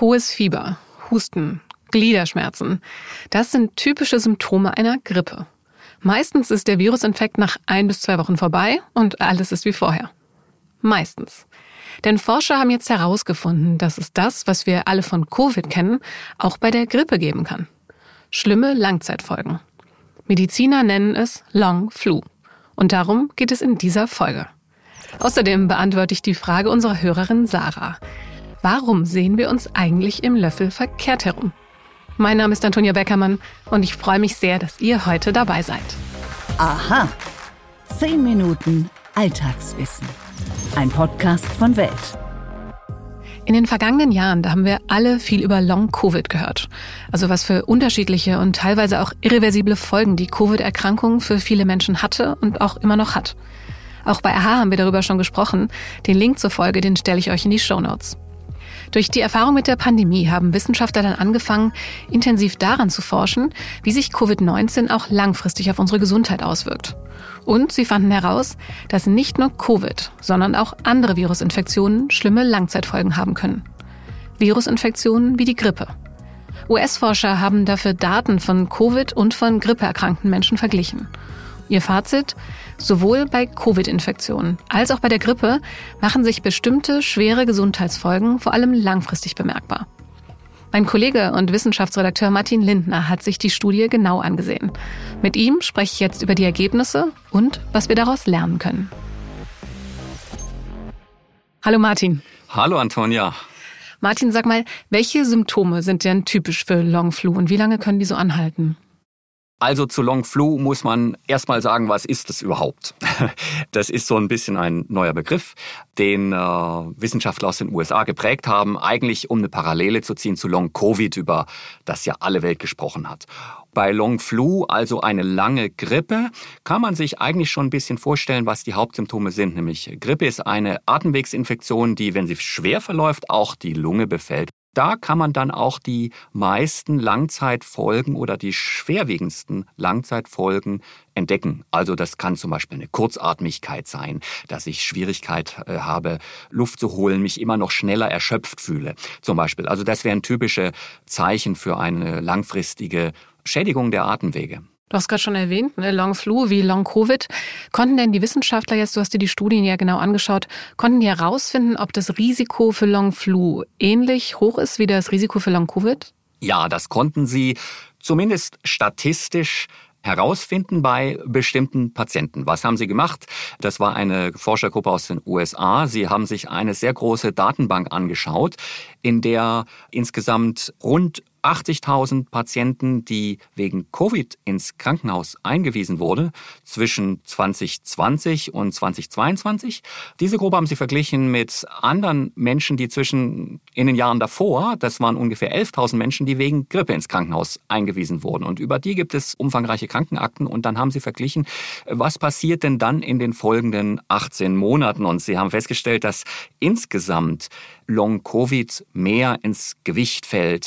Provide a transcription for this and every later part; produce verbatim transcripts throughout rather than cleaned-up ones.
Hohes Fieber, Husten, Gliederschmerzen. Das sind typische Symptome einer Grippe. Meistens ist der Virusinfekt nach ein bis zwei Wochen vorbei und alles ist wie vorher. Meistens. Denn Forscher haben jetzt herausgefunden, dass es das, was wir alle von Covid kennen, auch bei der Grippe geben kann. Schlimme Langzeitfolgen. Mediziner nennen es Long Flu. Und darum geht es in dieser Folge. Außerdem beantworte ich die Frage unserer Hörerin Sarah. Warum sehen wir uns eigentlich im Löffel verkehrt herum? Mein Name ist Antonia Beckermann und ich freue mich sehr, dass ihr heute dabei seid. Aha. Zehn Minuten Alltagswissen. Ein Podcast von Welt. In den vergangenen Jahren, da haben wir alle viel über Long-Covid gehört. Also was für unterschiedliche und teilweise auch irreversible Folgen die Covid-Erkrankung für viele Menschen hatte und auch immer noch hat. Auch bei A H A haben wir darüber schon gesprochen. Den Link zur Folge, den stelle ich euch in die Shownotes. Durch die Erfahrung mit der Pandemie haben Wissenschaftler dann angefangen, intensiv daran zu forschen, wie sich Covid neunzehn auch langfristig auf unsere Gesundheit auswirkt. Und sie fanden heraus, dass nicht nur Covid, sondern auch andere Virusinfektionen schlimme Langzeitfolgen haben können. Virusinfektionen wie die Grippe. U S-Forscher haben dafür Daten von Covid und von grippeerkrankten Menschen verglichen. Ihr Fazit? Sowohl bei Covid-Infektionen als auch bei der Grippe machen sich bestimmte schwere Gesundheitsfolgen vor allem langfristig bemerkbar. Mein Kollege und Wissenschaftsredakteur Martin Lindner hat sich die Studie genau angesehen. Mit ihm spreche ich jetzt über die Ergebnisse und was wir daraus lernen können. Hallo Martin. Hallo Antonia. Martin, sag mal, welche Symptome sind denn typisch für Long Flu und wie lange können die so anhalten? Also zu Long Flu muss man erstmal sagen, was ist das überhaupt? Das ist so ein bisschen ein neuer Begriff, den äh, Wissenschaftler aus den U S A geprägt haben, eigentlich um eine Parallele zu ziehen zu Long Covid, über das ja alle Welt gesprochen hat. Bei Long Flu, also eine lange Grippe, kann man sich eigentlich schon ein bisschen vorstellen, was die Hauptsymptome sind. Nämlich Grippe ist eine Atemwegsinfektion, die, wenn sie schwer verläuft, auch die Lunge befällt. Da kann man dann auch die meisten Langzeitfolgen oder die schwerwiegendsten Langzeitfolgen entdecken. Also das kann zum Beispiel eine Kurzatmigkeit sein, dass ich Schwierigkeit äh, habe, Luft zu holen, mich immer noch schneller erschöpft fühle zum Beispiel. Also das wären typische Zeichen für eine langfristige Schädigung der Atemwege. Du hast gerade schon erwähnt, ne, Long Flu wie Long Covid. Konnten denn die Wissenschaftler jetzt, du hast dir die Studien ja genau angeschaut, konnten die herausfinden, ob das Risiko für Long Flu ähnlich hoch ist wie das Risiko für Long Covid? Ja, das konnten sie zumindest statistisch herausfinden bei bestimmten Patienten. Was haben sie gemacht? Das war eine Forschergruppe aus den U S A. Sie haben sich eine sehr große Datenbank angeschaut, in der insgesamt rund achtzigtausend Patienten, die wegen Covid ins Krankenhaus eingewiesen wurde, zwischen zwanzig zwanzig und zwanzig zweiundzwanzig. Diese Gruppe haben sie verglichen mit anderen Menschen, die zwischen in den Jahren davor, das waren ungefähr elftausend Menschen, die wegen Grippe ins Krankenhaus eingewiesen wurden. Und über die gibt es umfangreiche Krankenakten. Und dann haben sie verglichen, was passiert denn dann in den folgenden achtzehn Monaten. Und sie haben festgestellt, dass insgesamt Long Covid mehr ins Gewicht fällt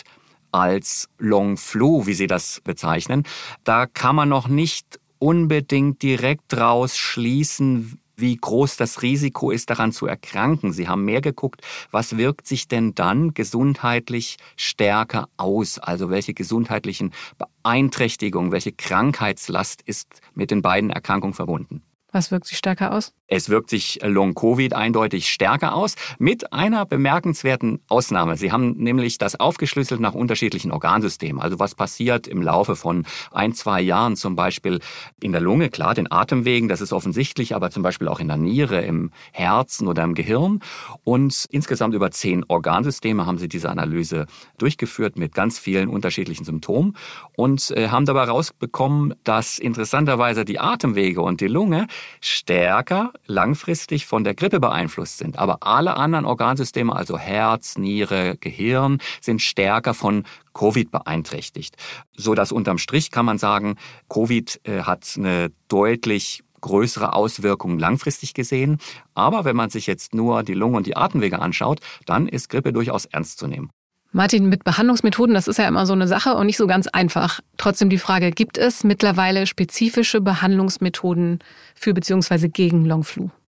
als Long Flu, wie sie das bezeichnen. Da kann man noch nicht unbedingt direkt draus schließen, wie groß das Risiko ist, daran zu erkranken. Sie haben mehr geguckt, was wirkt sich denn dann gesundheitlich stärker aus? Also welche gesundheitlichen Beeinträchtigungen, welche Krankheitslast ist mit den beiden Erkrankungen verbunden? Was wirkt sich stärker aus? Es wirkt sich Long Covid eindeutig stärker aus, mit einer bemerkenswerten Ausnahme. Sie haben nämlich das aufgeschlüsselt nach unterschiedlichen Organsystemen. Also was passiert im Laufe von ein, zwei Jahren zum Beispiel in der Lunge, klar, den Atemwegen, das ist offensichtlich, aber zum Beispiel auch in der Niere, im Herzen oder im Gehirn. Und insgesamt über zehn Organsysteme haben sie diese Analyse durchgeführt mit ganz vielen unterschiedlichen Symptomen und äh, haben dabei rausbekommen, dass interessanterweise die Atemwege und die Lunge stärker langfristig von der Grippe beeinflusst sind. Aber alle anderen Organsysteme, also Herz, Niere, Gehirn, sind stärker von Covid beeinträchtigt. So dass unterm Strich kann man sagen, Covid äh, hat eine deutlich größere Auswirkungen langfristig gesehen. Aber wenn man sich jetzt nur die Lunge und die Atemwege anschaut, dann ist Grippe durchaus ernst zu nehmen. Martin, mit Behandlungsmethoden, das ist ja immer so eine Sache und nicht so ganz einfach. Trotzdem die Frage, gibt es mittlerweile spezifische Behandlungsmethoden für bzw. gegen Long Flu?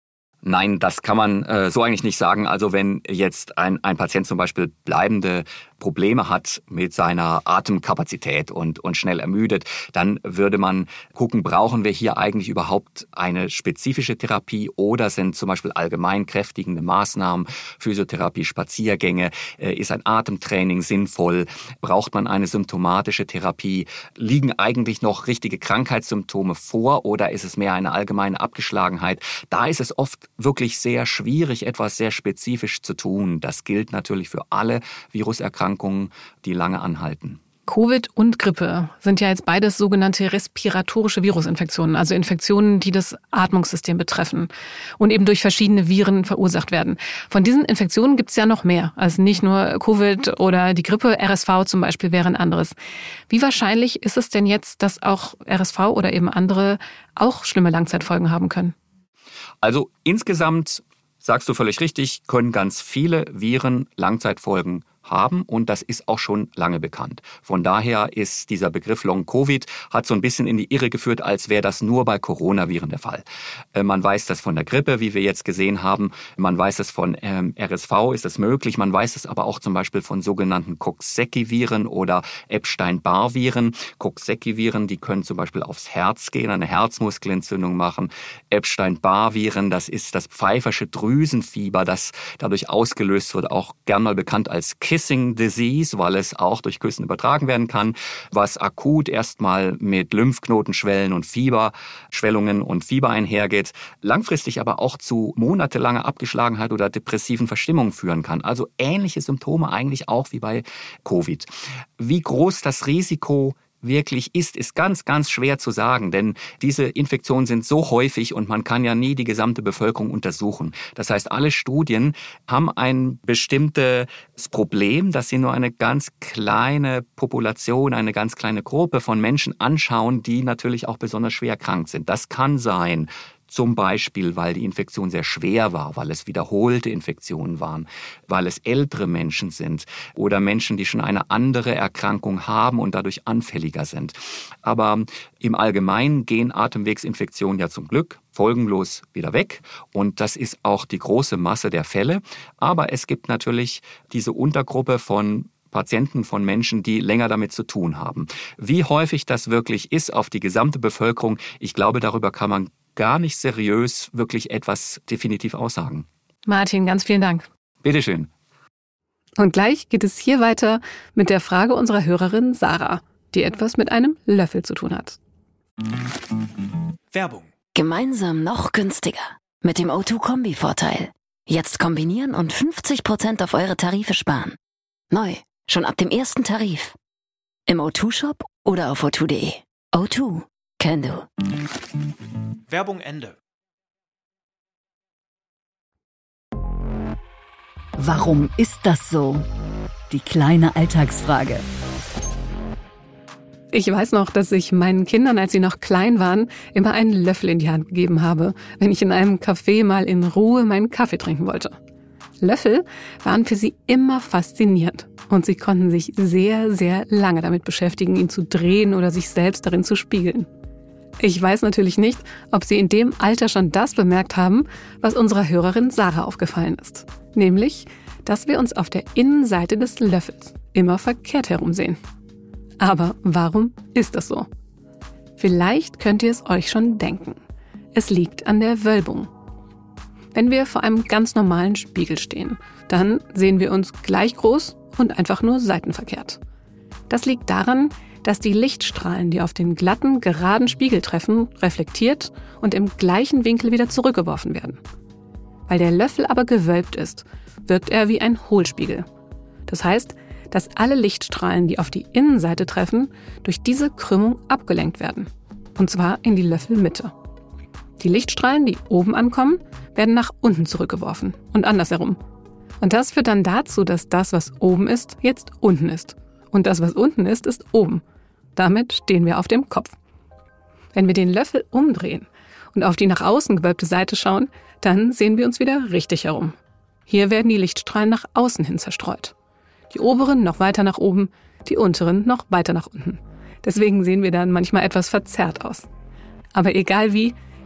Nein, das kann man äh, so eigentlich nicht sagen. Also wenn jetzt ein, ein Patient zum Beispiel bleibende Probleme hat mit seiner Atemkapazität und, und schnell ermüdet, dann würde man gucken, brauchen wir hier eigentlich überhaupt eine spezifische Therapie oder sind zum Beispiel allgemein kräftigende Maßnahmen, Physiotherapie, Spaziergänge, äh, ist ein Atemtraining sinnvoll, braucht man eine symptomatische Therapie, liegen eigentlich noch richtige Krankheitssymptome vor oder ist es mehr eine allgemeine Abgeschlagenheit? Da ist es oft wirklich sehr schwierig, etwas sehr spezifisch zu tun. Das gilt natürlich für alle Viruserkrankungen, die lange anhalten. Covid und Grippe sind ja jetzt beides sogenannte respiratorische Virusinfektionen, also Infektionen, die das Atmungssystem betreffen und eben durch verschiedene Viren verursacht werden. Von diesen Infektionen gibt es ja noch mehr, also nicht nur Covid oder die Grippe, R S V zum Beispiel wäre ein anderes. Wie wahrscheinlich ist es denn jetzt, dass auch R S V oder eben andere auch schlimme Langzeitfolgen haben können? Also insgesamt, sagst du völlig richtig, können ganz viele Viren Langzeitfolgen haben und das ist auch schon lange bekannt. Von daher ist dieser Begriff Long-Covid hat so ein bisschen in die Irre geführt, als wäre das nur bei Coronaviren der Fall. Man weiß das von der Grippe, wie wir jetzt gesehen haben. Man weiß es von ähm, R S V, ist das möglich. Man weiß es aber auch zum Beispiel von sogenannten Coxsackie-Viren oder Epstein-Barr-Viren. Coxsackie-Viren, die können zum Beispiel aufs Herz gehen, eine Herzmuskelentzündung machen. Epstein-Barr-Viren, das ist das pfeifersche Drüsenfieber, das dadurch ausgelöst wird, auch gern mal bekannt als Kissing Disease, weil es auch durch Küssen übertragen werden kann, was akut erstmal mit Lymphknotenschwellen und Fieberschwellungen und Fieber einhergeht, langfristig aber auch zu monatelanger Abgeschlagenheit oder depressiven Verstimmungen führen kann. Also ähnliche Symptome eigentlich auch wie bei Covid. Wie groß das Risiko wirklich ist, ist ganz, ganz schwer zu sagen, denn diese Infektionen sind so häufig und man kann ja nie die gesamte Bevölkerung untersuchen. Das heißt, alle Studien haben ein bestimmtes Problem, dass sie nur eine ganz kleine Population, eine ganz kleine Gruppe von Menschen anschauen, die natürlich auch besonders schwer krank sind. Das kann sein, zum Beispiel, weil die Infektion sehr schwer war, weil es wiederholte Infektionen waren, weil es ältere Menschen sind oder Menschen, die schon eine andere Erkrankung haben und dadurch anfälliger sind. Aber im Allgemeinen gehen Atemwegsinfektionen ja zum Glück folgenlos wieder weg und das ist auch die große Masse der Fälle. Aber es gibt natürlich diese Untergruppe von Patienten, von Menschen, die länger damit zu tun haben. Wie häufig das wirklich ist auf die gesamte Bevölkerung, ich glaube, darüber kann man gar nicht seriös wirklich etwas definitiv aussagen. Martin, ganz vielen Dank. Bitteschön. Und gleich geht es hier weiter mit der Frage unserer Hörerin Sarah, die etwas mit einem Löffel zu tun hat. Werbung. Gemeinsam noch günstiger. Mit dem O zwei Kombi-Vorteil. Jetzt kombinieren und fünfzig Prozent auf eure Tarife sparen. Neu, schon ab dem ersten Tarif. Im O zwei Shop oder auf o zwei punkt de. O zwei. Can do. Werbung Ende. Warum ist das so? Die kleine Alltagsfrage. Ich weiß noch, dass ich meinen Kindern, als sie noch klein waren, immer einen Löffel in die Hand gegeben habe, wenn ich in einem Café mal in Ruhe meinen Kaffee trinken wollte. Löffel waren für sie immer faszinierend und sie konnten sich sehr, sehr lange damit beschäftigen, ihn zu drehen oder sich selbst darin zu spiegeln. Ich weiß natürlich nicht, ob Sie in dem Alter schon das bemerkt haben, was unserer Hörerin Sarah aufgefallen ist. Nämlich, dass wir uns auf der Innenseite des Löffels immer verkehrt herum sehen. Aber warum ist das so? Vielleicht könnt ihr es euch schon denken. Es liegt an der Wölbung. Wenn wir vor einem ganz normalen Spiegel stehen, dann sehen wir uns gleich groß und einfach nur seitenverkehrt. Das liegt daran, dass die Lichtstrahlen, die auf den glatten, geraden Spiegel treffen, reflektiert und im gleichen Winkel wieder zurückgeworfen werden. Weil der Löffel aber gewölbt ist, wirkt er wie ein Hohlspiegel. Das heißt, dass alle Lichtstrahlen, die auf die Innenseite treffen, durch diese Krümmung abgelenkt werden. Und zwar in die Löffelmitte. Die Lichtstrahlen, die oben ankommen, werden nach unten zurückgeworfen und andersherum. Und das führt dann dazu, dass das, was oben ist, jetzt unten ist. Und das, was unten ist, ist oben. Damit stehen wir auf dem Kopf. Wenn wir den Löffel umdrehen und auf die nach außen gewölbte Seite schauen, dann sehen wir uns wieder richtig herum. Hier werden die Lichtstrahlen nach außen hin zerstreut. Die oberen noch weiter nach oben, die unteren noch weiter nach unten. Deswegen sehen wir dann manchmal etwas verzerrt aus. Aber egal wie,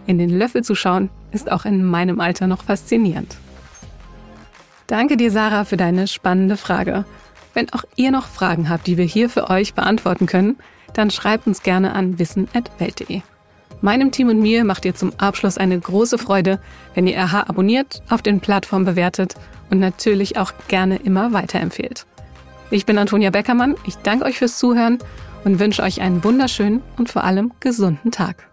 In den Löffel zu schauen, ist auch in meinem Alter noch faszinierend. Danke dir, Sarah, für deine spannende Frage. Wenn auch ihr noch Fragen habt, die wir hier für euch beantworten können, dann schreibt uns gerne an wissen at welt punkt de. Meinem Team und mir macht ihr zum Abschluss eine große Freude, wenn ihr A H abonniert, auf den Plattformen bewertet und natürlich auch gerne immer weiterempfehlt. Ich bin Antonia Beckermann, ich danke euch fürs Zuhören und wünsche euch einen wunderschönen und vor allem gesunden Tag.